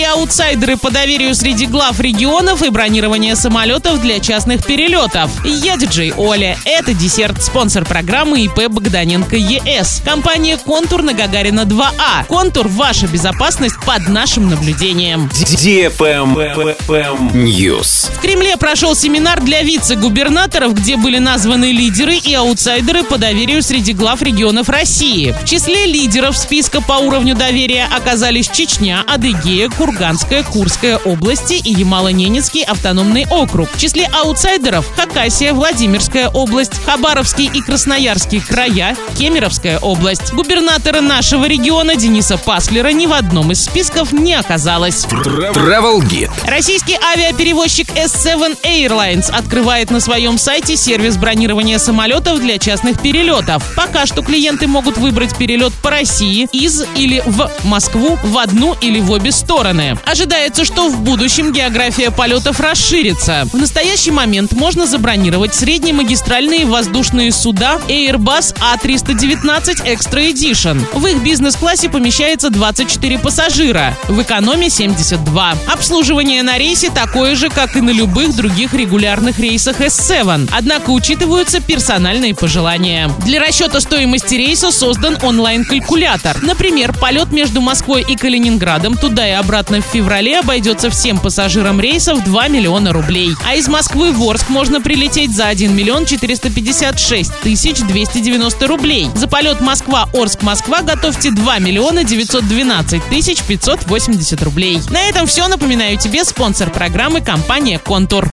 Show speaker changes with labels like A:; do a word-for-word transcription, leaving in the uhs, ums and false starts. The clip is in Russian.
A: аутсайдеры по доверию среди глав регионов и бронирование самолетов для частных перелетов. Я диджей Оля. Это десерт. Спонсор программы ИП Богданенко ЕС. Компания «Контур» на Гагарина два А. «Контур» — ваша безопасность под нашим наблюдением.
B: News.
A: В Кремле прошел семинар для вице-губернаторов, где были названы лидеры и аутсайдеры по доверию среди глав регионов России. В числе лидеров списка по уровню доверия оказались Чечня, Адыгея, Курганская, Курская области и Ямало-Ненецкий автономный округ. В числе аутсайдеров — Хакасия, Владимирская область, Хабаровский и Красноярский края, Кемеровская область. Губернатора нашего региона Дениса Паслера ни в одном из списков не оказалось.
B: Travel Guide.
A: Российский авиаперевозчик эс семь Airlines открывает на своем сайте сервис бронирования самолетов для частных перелетов. Пока что клиенты могут выбрать перелет по России из или в Москву в одну или в обе стороны. Ожидается, что в будущем география полетов расширится. В настоящий момент можно забронировать среднемагистральные воздушные суда Airbus А триста девятнадцать Extra Edition. В их бизнес-классе помещается двадцать четыре пассажира, в экономе семьдесят два. Обслуживание на рейсе такое же, как и на любых других регулярных рейсах эс семь, однако учитываются персональные пожелания. Для расчета стоимости рейса создан онлайн-калькулятор. Например, полет между Москвой и Калининградом туда и обратно в феврале обойдется всем пассажирам рейса в два миллиона рублей. А из Москвы в Орск можно прилететь за один миллион четыреста пятьдесят шесть тысяч двести девяносто рублей. За полет Москва-Орск-Москва готовьте два миллиона девятьсот двенадцать тысяч пятьсот восемьдесят рублей. На этом все. Напоминаю тебе, спонсор программы — компания «Контур».